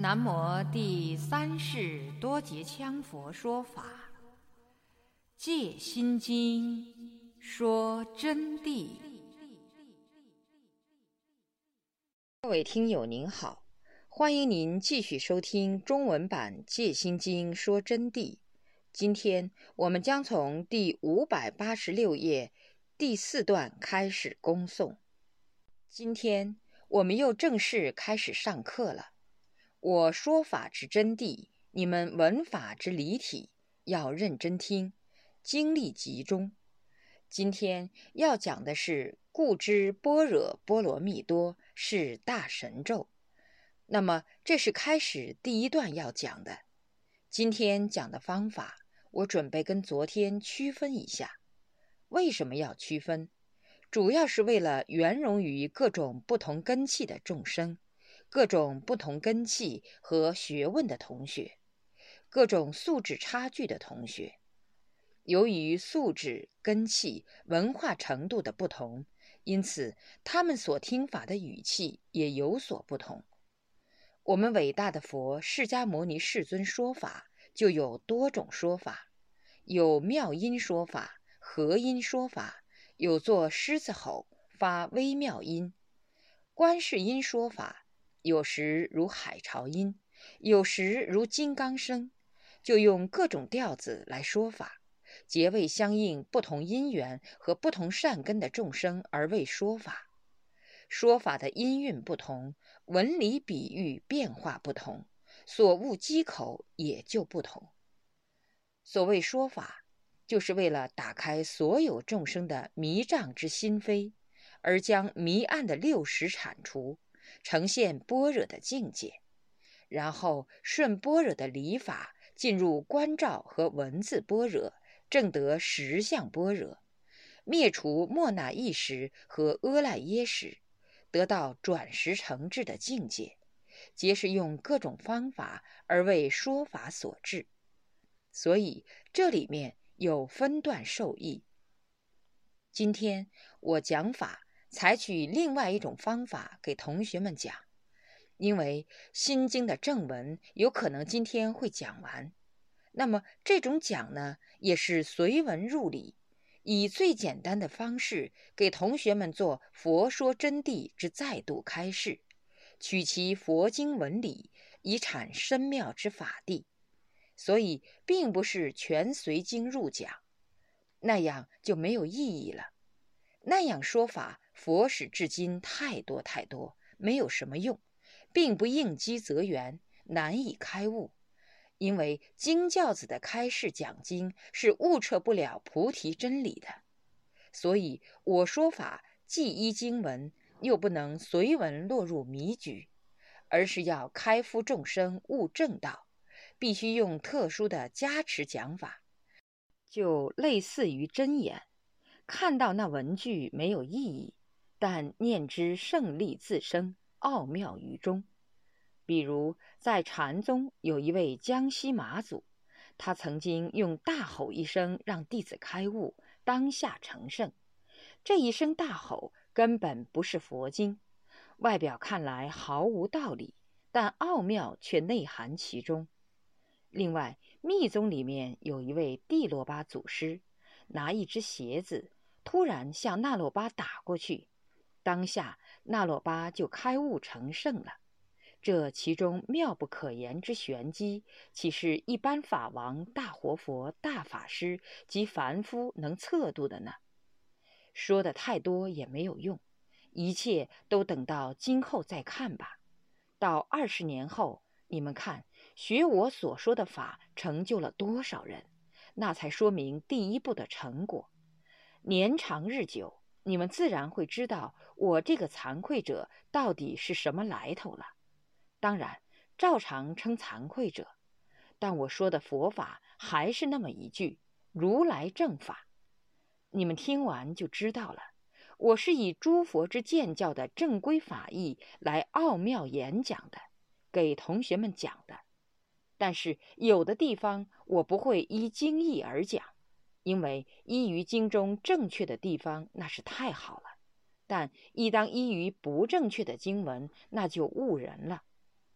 南无第三世多杰羌佛说法，戒心经说真谛。各位听友您好，欢迎您继续收听中文版戒心经说真谛。今天我们将从第586页第4段开始恭诵。今天我们又正式开始上课了。我说法之真谛，你们闻法之理体，要认真听，精力集中。今天要讲的是故知般若波罗蜜多是大神咒。那么这是开始第一段要讲的。今天讲的方法，我准备跟昨天区分一下。为什么要区分？主要是为了圆融于各种不同根器的众生，各种不同根器和学问的同学，各种素质差距的同学。由于素质、根器、文化程度的不同，因此他们所听法的语气也有所不同。我们伟大的佛释迦牟尼世尊说法就有多种说法，有妙音说法、和音说法，有作狮子吼发微妙音。观世音说法有时如海潮音，有时如金刚声，就用各种调子来说法，皆为相应不同因缘和不同善根的众生而为说法。说法的音韵不同，文理比喻变化不同，所悟机口也就不同。所谓说法，就是为了打开所有众生的迷障之心扉，而将迷暗的六识铲除，呈现般若的境界，然后顺般若的理法进入观照和文字般若，证得实相般若，灭除末那意识和阿赖耶识，得到转识成智的境界，皆是用各种方法而为说法所致。所以这里面有分段受益。今天我讲法采取另外一种方法给同学们讲，因为心经的正文有可能今天会讲完，那么这种讲呢，也是随文入理，以最简单的方式给同学们做佛说真谛之再度开示，取其佛经文理，以阐深妙之法谛。所以并不是全随经入讲，那样就没有意义了。那样说法，佛史至今太多太多，没有什么用，并不应机则圆，难以开悟。因为经教子的开示讲经是悟彻不了菩提真理的，所以我说法既依经文，又不能随文落入迷局，而是要开敷众生悟正道，必须用特殊的加持讲法，就类似于真言。看到那文句没有意义，但念之胜利自生，奥妙于中。比如在禅宗有一位江西马祖，他曾经用大吼一声让弟子开悟，当下成圣。这一声大吼根本不是佛经，外表看来毫无道理，但奥妙却内含其中。另外，密宗里面有一位地洛巴祖师，拿一只鞋子突然向那洛巴打过去，当下那洛巴就开悟成圣了。这其中妙不可言之玄机，岂是一般法王、大活佛、大法师及凡夫能测度的呢？说的太多也没有用，一切都等到今后再看吧。到20年后，你们看学我所说的法成就了多少人，那才说明第一步的成果。年长日久，你们自然会知道我这个惭愧者到底是什么来头了。当然照常称惭愧者，但我说的佛法还是那么一句，如来正法。你们听完就知道了，我是以诸佛之见教的正规法义来奥妙演讲的，给同学们讲的。但是有的地方我不会依经义而讲，因为依于经中正确的地方那是太好了，但一当依于不正确的经文，那就误人了。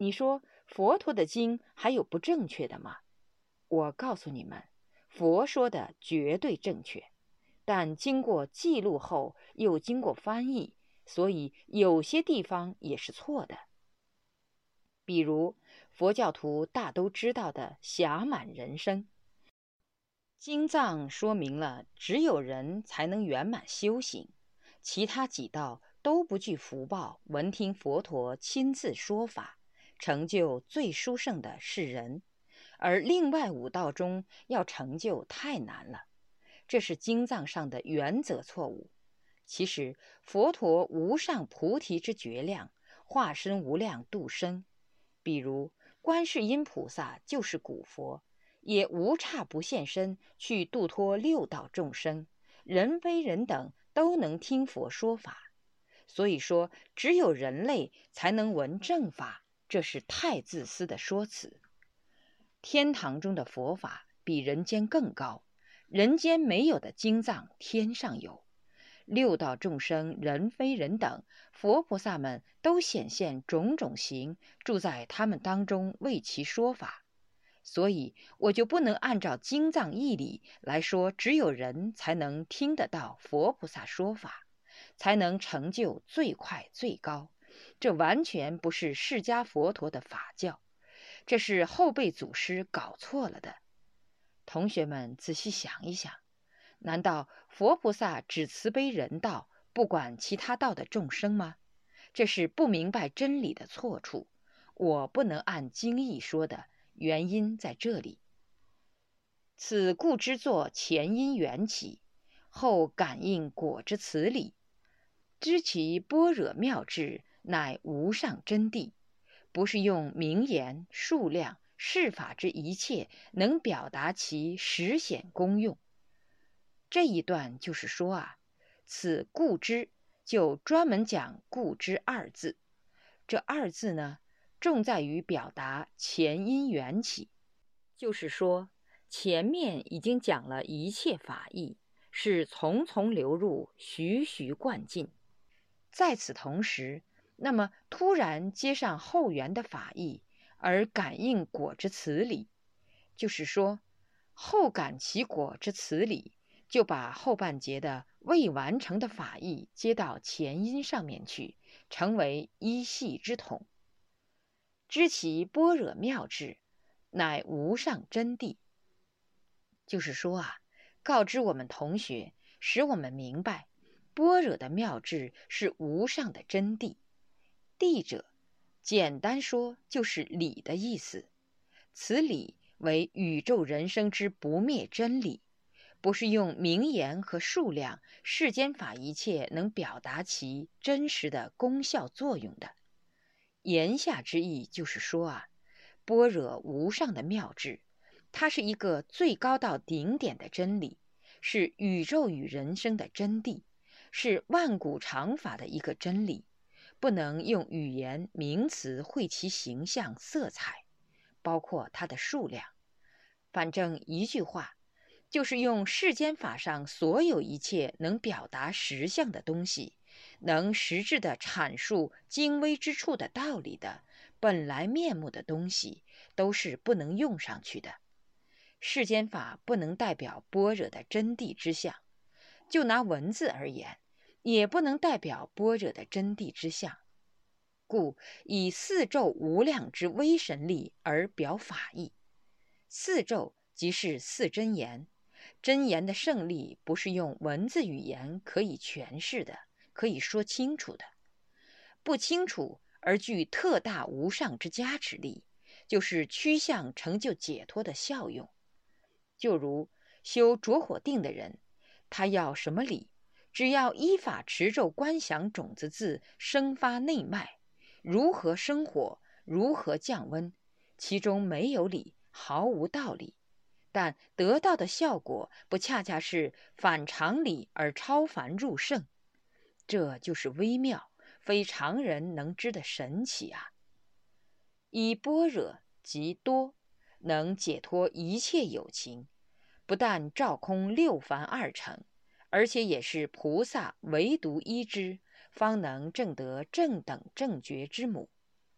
你说佛陀的经还有不正确的吗？我告诉你们，佛说的绝对正确，但经过记录后又经过翻译，所以有些地方也是错的。比如佛教徒大都知道的暇满人生，经藏说明了只有人才能圆满修行，其他几道都不具福报，闻听佛陀亲自说法，成就最殊胜的是人，而另外5道中要成就太难了，这是经藏上的原则错误。其实佛陀无上菩提之觉量，化身无量度生，比如观世音菩萨就是古佛，也无差不现身去度脱6道众生，人非人等都能听佛说法。所以说只有人类才能闻正法，这是太自私的说辞。天堂中的佛法比人间更高，人间没有的经藏天上有。6道众生人非人等，佛菩萨们都显现种种形，住在他们当中为其说法。所以我就不能按照经藏义理来说，只有人才能听得到佛菩萨说法，才能成就最快最高。这完全不是释迦佛陀的法教，这是后辈祖师搞错了的。同学们仔细想一想，难道佛菩萨只慈悲人道，不管其他道的众生吗？这是不明白真理的错处。我不能按经义说的，原因在这里。此故之作前因缘起，后感应果之此理，知其般若妙智，乃无上真谛。不是用名言、数量、事法之一切能表达其实显功用。这一段就是说啊，此故知就专门讲故知2字。这2字呢，重在于表达前因缘起，就是说前面已经讲了一切法义，是从从流入，徐徐灌进。在此同时，那么突然接上后缘的法义，而感应果之此理，就是说后感其果之此理，就把后半节的未完成的法义接到前因上面去，成为一系之统。知其般若妙智，乃无上真谛。就是说啊，告知我们同学，使我们明白般若的妙智是无上的真谛。谛者，简单说就是理的意思。此理为宇宙人生之不灭真理，不是用名言和数量、世间法一切能表达其真实的功效作用的。言下之意就是说啊，般若无上的妙智，它是一个最高到顶点的真理，是宇宙与人生的真谛，是万古常法的一个真理，不能用语言名词绘其形象色彩，包括它的数量。反正一句话，就是用世间法上所有一切能表达实相的东西，能实质地阐述精微之处的道理的本来面目的东西，都是不能用上去的。世间法不能代表般若的真谛之相，就拿文字而言，也不能代表般若的真谛之相。故以4咒无量之威神力而表法义。4咒即是4真言，真言的胜利不是用文字语言可以诠释的，可以说清楚的。不清楚而具特大无上之加持力，就是趋向成就解脱的效用。就如修着火定的人，他要什么理？只要依法持咒观想种子字，生发内脉，如何生火，如何降温，其中没有理，毫无道理。但得到的效果不恰恰是反常理而超凡入圣？这就是微妙，非常人能知的神奇啊！以般若即多，能解脱一切有情，不但照空6凡2乘，而且也是菩萨唯独依之，方能证得正等正觉之母。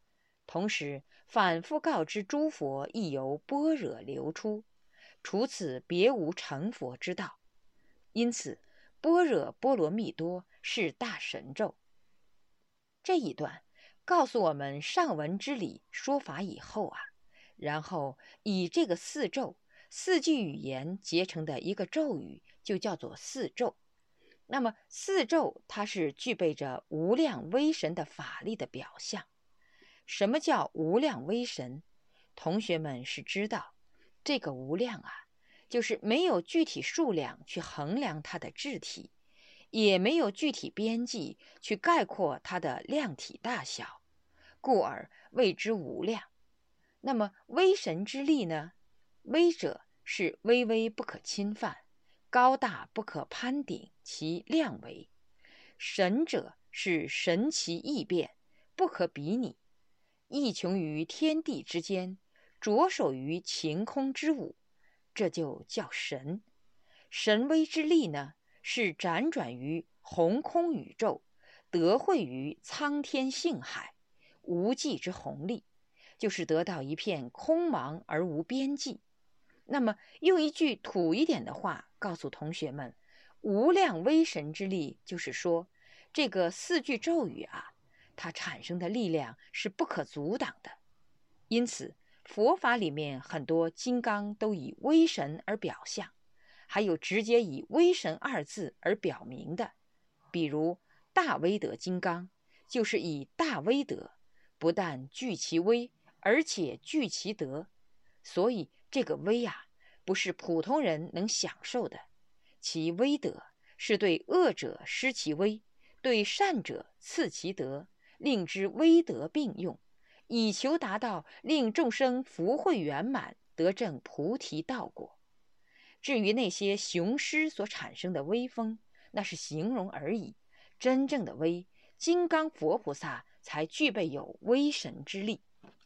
同时反复告知诸佛亦由般若流出，除此别无成佛之道。因此般若波罗蜜多是大神咒。这一段告诉我们上文之理说法以后然后以这个四咒四句语言结成的一个咒语就叫做四咒。那么四咒它是具备着无量威神的法力的表象。什么叫无量威神？同学们是知道，这个无量就是没有具体数量去衡量它的质体，也没有具体边际去概括它的量体大小，故而谓之无量。那么威神之力呢？威者是微微不可侵犯，高大不可攀顶其量为；神者是神奇异变，不可比拟，亦穷于天地之间，着手于晴空之舞，这就叫神。神威之力呢，是辗转于宏空宇宙，得会于苍天性海，无际之宏力，就是得到一片空茫而无边际。那么用一句土一点的话告诉同学们，无量威神之力，就是说这个四句咒语它产生的力量是不可阻挡的。因此佛法里面很多金刚都以威神而表象，还有直接以威神二字而表明的，比如大威德金刚就是以大威德不但具其威，而且具其德。所以这个威不是普通人能享受的，其威德是对恶者施其威，对善者赐其德，令之威德并用，以求达到令众生福慧圆满，得证菩提道果。至于那些雄狮所产生的威风，那是形容而已，真正的威，金刚佛菩萨才具备有威神之力。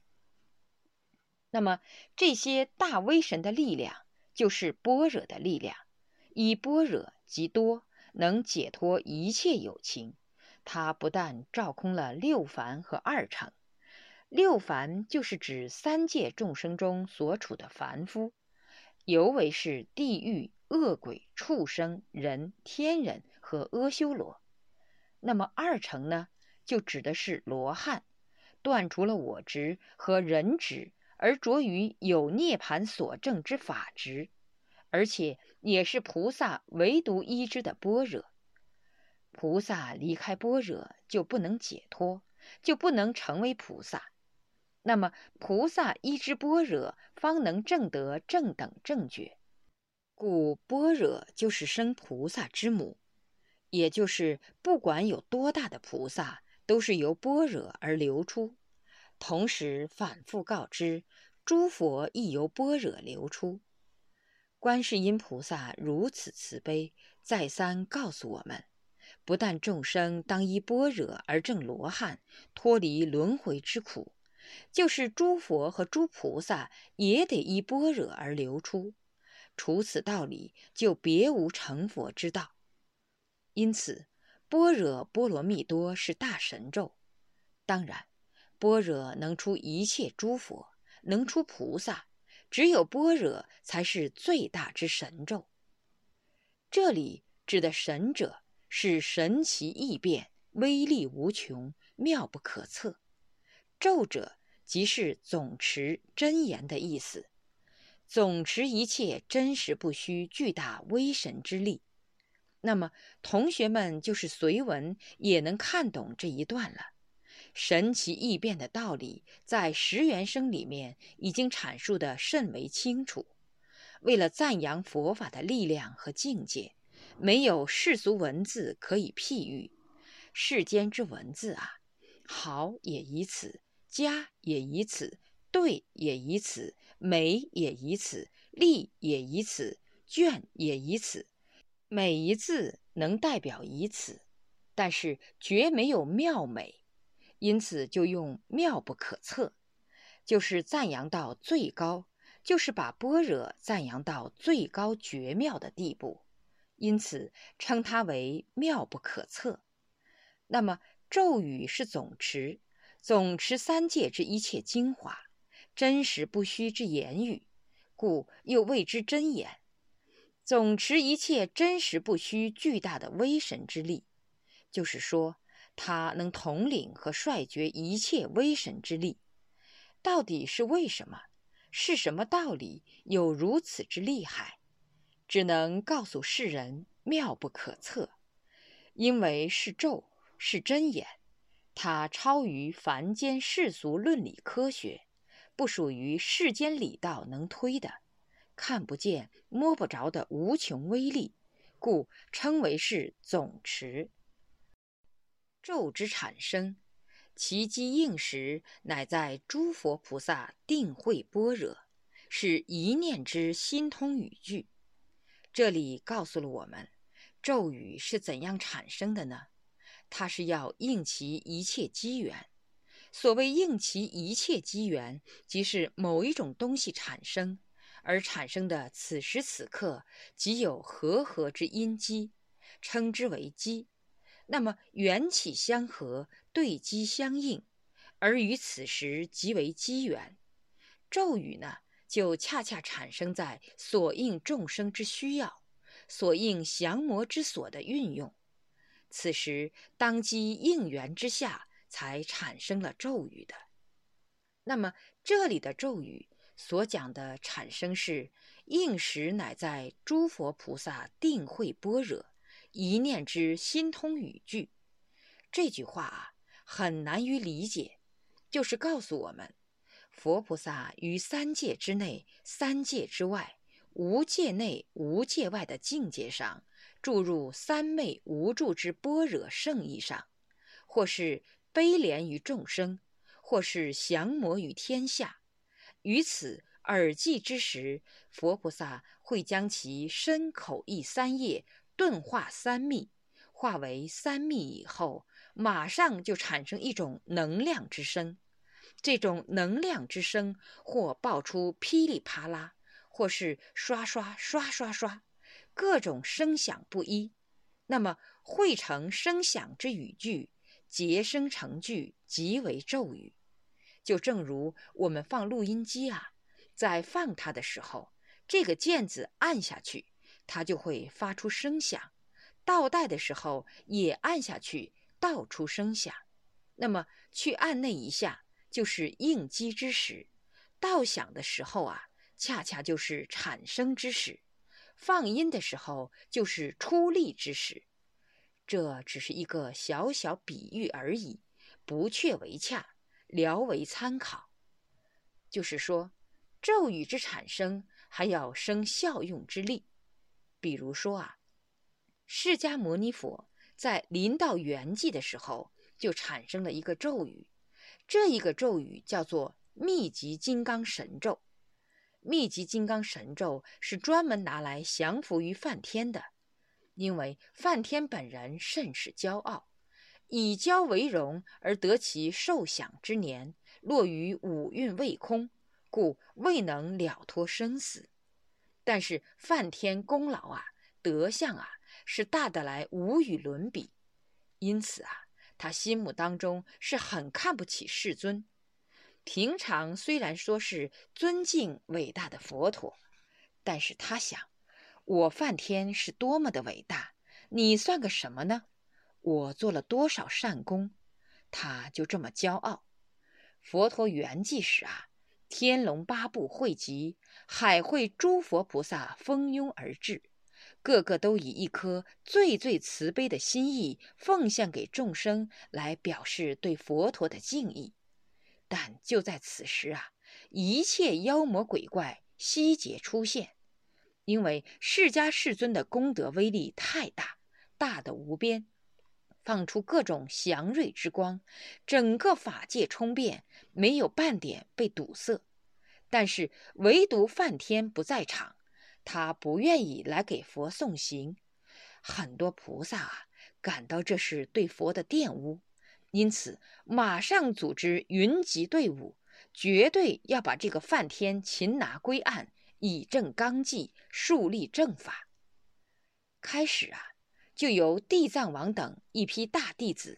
那么这些大威神的力量就是般若的力量，以般若即多，能解脱一切有情。它不但照空了六凡和二乘，六凡就是指三界众生中所处的凡夫，尤为是地狱、恶鬼、畜生、人、天人和阿修罗。那么二乘呢，就指的是罗汉，断除了我执和人执，而着于有涅盘所证之法执，而且也是菩萨唯独依之的般若。菩萨离开般若就不能解脱，就不能成为菩萨。那么菩萨依之般若，方能证得正等正觉。故般若就是生菩萨之母，也就是不管有多大的菩萨，都是由般若而流出。同时反复告知，诸佛亦由般若流出。观世音菩萨如此慈悲，再三告诉我们，不但众生当依般若而证罗汉，脱离轮回之苦，就是诸佛和诸菩萨也得依般若而流出，除此道理，就别无成佛之道。因此般若波罗蜜多是大神咒。当然般若能出一切诸佛，能出菩萨，只有般若才是最大之神咒。这里指的神者是神奇异变，威力无穷，妙不可测。咒者即是总持真言的意思，总持一切真实不虚巨大威神之力。那么同学们就是随文也能看懂这一段了。神奇异变的道理在十缘生里面已经阐述得甚为清楚。为了赞扬佛法的力量和境界，没有世俗文字可以譬喻。世间之文字好也以此，佳也以此，对也以此，美也以此，丽也以此，隽也以此，每一字能代表以此，但是绝没有妙美，因此就用妙不可测，就是赞扬到最高，就是把般若赞扬到最高绝妙的地步，因此称它为妙不可测。那么咒语是总持， 总持三界之一切精华，真实不虚之言语，故又谓之真言。总持一切真实不虚巨大的威神之力，就是说他能统领和率决一切威神之力。到底是为什么？是什么道理有如此之厉害？只能告诉世人妙不可测。因为是咒，是真言，它超于凡间世俗论理科学，不属于世间理道能推的，看不见摸不着的无穷威力，故称为是总持。咒之产生，其机应时，乃在诸佛菩萨定慧般若，是一念之心通语句。这里告诉了我们，咒语是怎样产生的呢？它是要应其一切机缘。所谓应其一切机缘，即是某一种东西产生，而产生的此时此刻即有和之因机，称之为机。那么缘起相合，对机相应，而于此时即为机缘。咒语呢，就恰恰产生在所应众生之需要，所应降魔之所的运用。此时当机应缘之下，才产生了咒语的。那么这里的咒语所讲的产生是应时，乃在诸佛菩萨定慧般若，一念之心通语句。这句话啊，很难于理解，就是告诉我们，佛菩萨于三界之内、三界之外、无界内无界外的境界上，注入三昧无住之般若圣意上，或是悲怜于众生，或是降魔于天下。于此耳际之时，佛菩萨会将其身口意三业顿化三密，化为三密以后，马上就产生一种能量之声。这种能量之声或爆出噼里啪啦，或是刷刷刷刷刷，各种声响不一。那么汇成声响之语句，结声成句，即为咒语。就正如我们放录音机啊，在放它的时候，这个键子按下去，它就会发出声响；倒带的时候也按下去，倒出声响。那么去按那一下，就是应机之时；倒响的时候啊，恰恰就是产生之时；放音的时候，就是出力之时。这只是一个小小比喻而已，不确为洽，聊为参考。就是说，咒语之产生还要生效用之力。比如说啊，释迦牟尼佛在临到圆寂的时候，就产生了一个咒语，这一个咒语叫做密集金刚神咒。密集金刚神咒是专门拿来降服于梵天的，因为梵天本人甚是骄傲，以骄为荣而得其受享之年，落于五蕴未空，故未能了脱生死。但是梵天功劳啊，德相啊，是大得来无与伦比，因此啊，他心目当中是很看不起世尊。平常虽然说是尊敬伟大的佛陀，但是他想，我梵天是多么的伟大，你算个什么呢？我做了多少善功？他就这么骄傲。佛陀圆寂时啊，天龙八部汇集，海会诸佛菩萨蜂拥而至，个个都以一颗最最慈悲的心意奉献给众生，来表示对佛陀的敬意。但就在此时啊，一切妖魔鬼怪悉皆出现，因为释迦世尊的功德威力太大，大得无边，放出各种祥瑞之光，整个法界冲遍，没有半点被堵塞。但是唯独梵天不在场，他不愿意来给佛送行。很多菩萨啊，感到这是对佛的玷污，因此马上组织云集队伍，绝对要把这个梵天擒拿归案，以正纲纪，树立正法。开始啊，就由地藏王等一批大弟子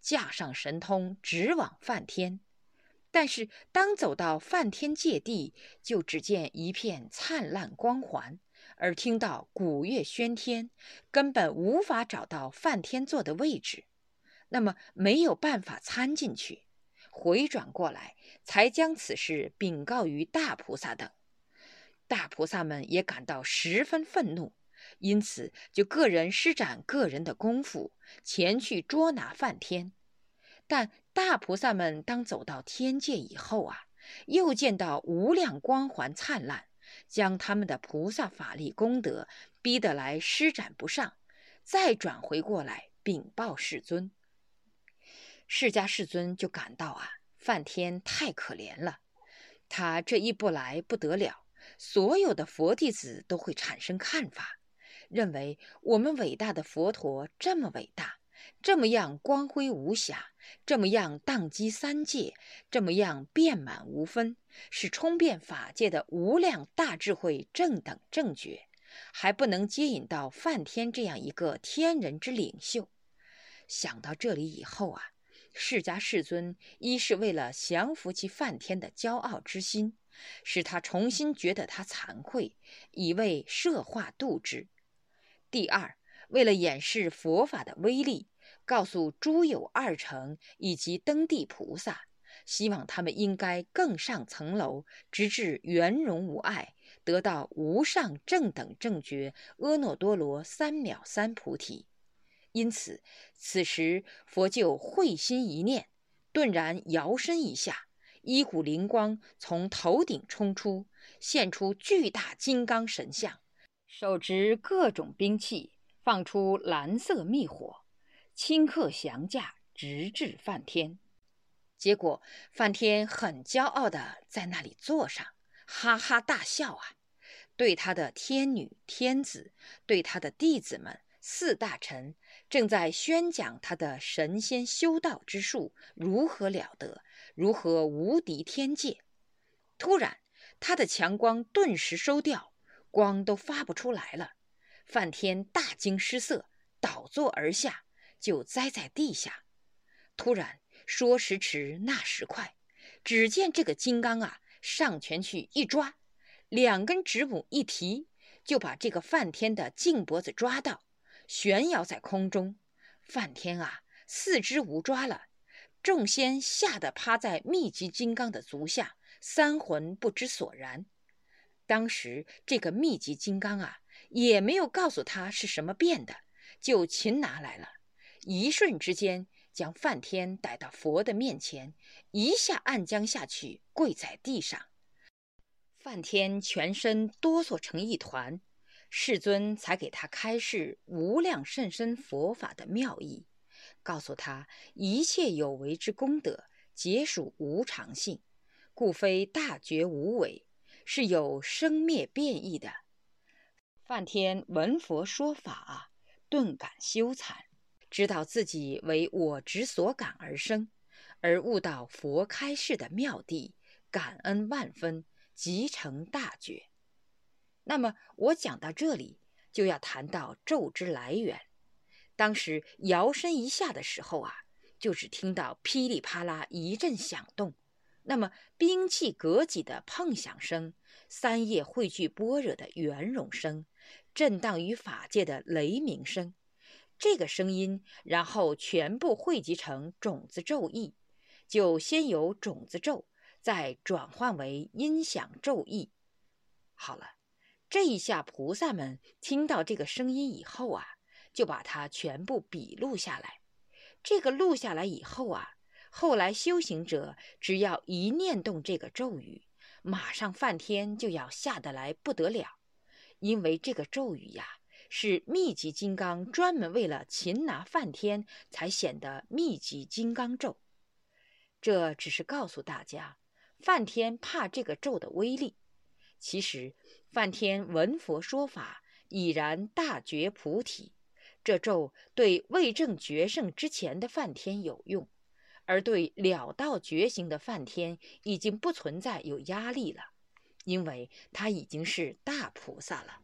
架上神通，直往梵天。但是当走到梵天界地，就只见一片灿烂光环，而听到鼓乐喧天，根本无法找到梵天座的位置。那么没有办法参进去，回转过来，才将此事禀告于大菩萨等。大菩萨们也感到十分愤怒，因此就个人施展个人的功夫，前去捉拿梵天。但大菩萨们当走到天界以后啊，又见到无量光环灿烂，将他们的菩萨法力功德逼得来施展不上，再转回过来禀报世尊。释迦世尊就感到梵天太可怜了，他这一不来不得了，所有的佛弟子都会产生看法，认为我们伟大的佛陀这么伟大，这么样光辉无瑕，这么样荡击三界，这么样遍满无分，是冲遍法界的无量大智慧正等正觉，还不能接引到梵天这样一个天人之领袖。想到这里以后释迦世尊一是为了降服其梵天的骄傲之心，使他重新觉得他惭愧，以为摄化度之；第二，为了演示佛法的威力，告诉诸有二乘以及登地菩萨，希望他们应该更上层楼，直至圆融无碍，得到无上正等正觉阿耨多罗三藐三菩提。因此此时佛就会心一念，顿然摇身一下，一股灵光从头顶冲出，现出巨大金刚神像，手执各种兵器，放出蓝色密火，顷刻降驾，直至梵天。结果梵天很骄傲地在那里坐上，哈哈大笑对他的天女天子，对他的弟子们四大臣，正在宣讲他的神仙修道之术如何了得，如何无敌天界。突然他的强光顿时收掉，光都发不出来了。梵天大惊失色，倒坐而下，就栽在地下。突然说时迟那时快，只见这个金刚上前去一抓，两根指拇一提，就把这个梵天的颈脖子抓到，悬摇在空中。梵天四肢无抓了，众仙吓得趴在密集金刚的足下，三魂不知所然。当时这个密集金刚也没有告诉他是什么变的，就擒拿来了，一瞬之间将梵天带到佛的面前，一下按将下去，跪在地上。梵天全身哆嗦成一团，世尊才给他开示无量甚深佛法的妙义，告诉他一切有为之功德皆属无常性，故非大觉无为，是有生灭变异的。梵天闻佛说法顿感羞惭，知道自己为我执所感而生，而悟到佛开示的妙谛，感恩万分，即成大觉。那么我讲到这里，就要谈到咒之来源。当时摇身一下的时候就只听到噼里啪啦一阵响动，那么兵器格戟的碰响声，三业汇聚般若的圆融声，震荡于法界的雷鸣声，这个声音然后全部汇集成种子咒义，就先有种子咒，再转换为音响咒义。好了，这一下菩萨们听到这个声音以后就把它全部笔录下来。这个录下来以后后来修行者只要一念动这个咒语，马上梵天就要下得来不得了。因为这个咒语是密集金刚专门为了擒拿梵天才显得密集金刚咒。这只是告诉大家梵天怕这个咒的威力。其实梵天闻佛说法，已然大觉菩提，这咒对未证觉圣之前的梵天有用，而对了道觉醒的梵天已经不存在有压力了，因为他已经是大菩萨了。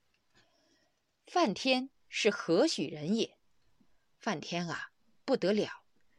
梵天是何许人也？梵天不得了，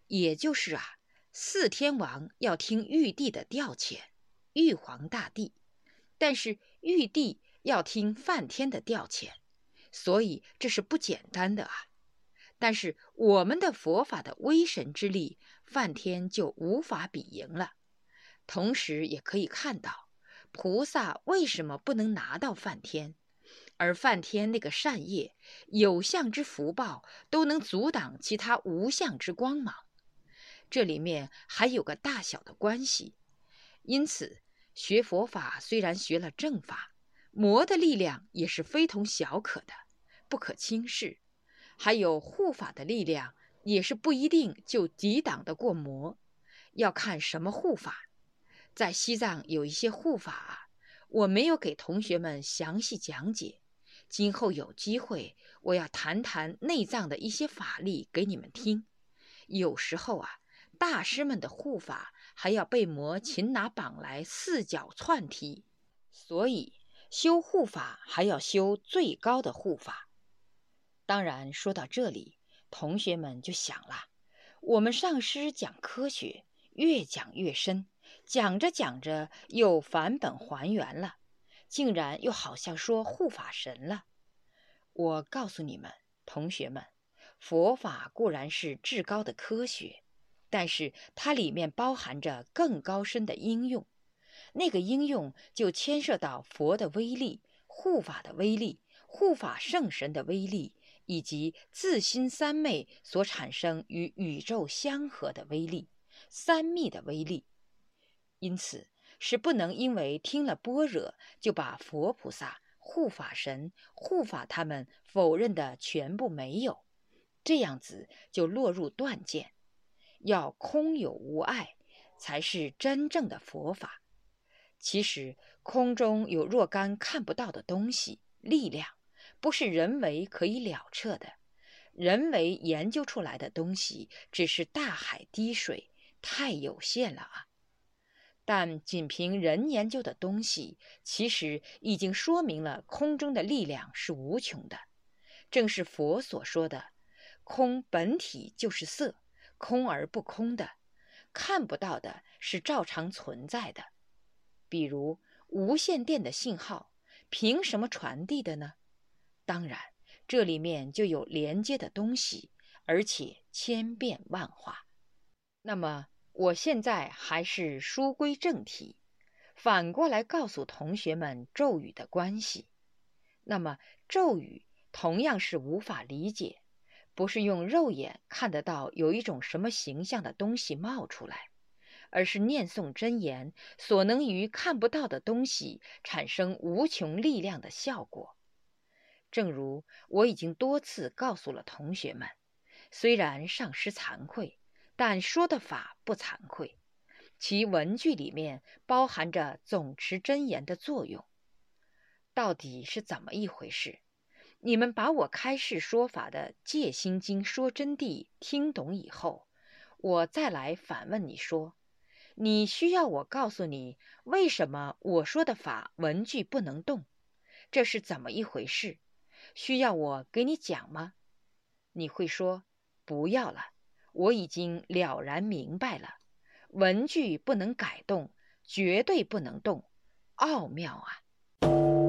也就是四天王要听玉帝的调遣，玉皇大帝，但是玉帝要听梵天的调遣，所以这是不简单的但是我们的佛法的威神之力，梵天就无法比赢了。同时也可以看到，菩萨为什么不能拿到梵天，而梵天那个善业、有相之福报都能阻挡其他无相之光芒。这里面还有个大小的关系。因此，学佛法虽然学了正法，魔的力量也是非同小可的，不可轻视。还有护法的力量，也是不一定就抵挡得过魔，要看什么护法。在西藏有一些护法我没有给同学们详细讲解，今后有机会我要谈谈内藏的一些法力给你们听。有时候大师们的护法还要被魔擒拿绑来四脚窜踢，所以修护法还要修最高的护法。当然说到这里，同学们就想了，我们上师讲科学，越讲越深，讲着讲着又返本还原了，竟然又好像说护法神了。我告诉你们，同学们，佛法固然是至高的科学，但是它里面包含着更高深的应用，那个应用就牵涉到佛的威力、护法的威力、护法圣神的威力，以及自心三昧所产生与宇宙相合的威力，三密的威力。因此是不能因为听了般若就把佛菩萨、护法神、护法他们否认的全部没有，这样子就落入断见。要空有无碍，才是真正的佛法。其实空中有若干看不到的东西、力量，不是人为可以了彻的。人为研究出来的东西只是大海滴水，太有限了但仅凭人研究的东西，其实已经说明了空中的力量是无穷的。正是佛所说的，空本体就是色，空而不空的，看不到的是照常存在的。比如无线电的信号，凭什么传递的呢？当然，这里面就有连接的东西，而且千变万化。那么我现在还是书归正题，反过来告诉同学们咒语的关系。那么咒语同样是无法理解，不是用肉眼看得到有一种什么形象的东西冒出来，而是念诵真言所能于看不到的东西产生无穷力量的效果。正如我已经多次告诉了同学们，虽然上师惭愧，但说的法不惭愧，其文句里面包含着总持真言的作用。到底是怎么一回事？你们把我开示说法的《戒心经说真谛》听懂以后，我再来反问你说，你需要我告诉你为什么我说的法文句不能动？这是怎么一回事？需要我给你讲吗？你会说，不要了，我已经了然明白了，文句不能改动，绝对不能动，奥妙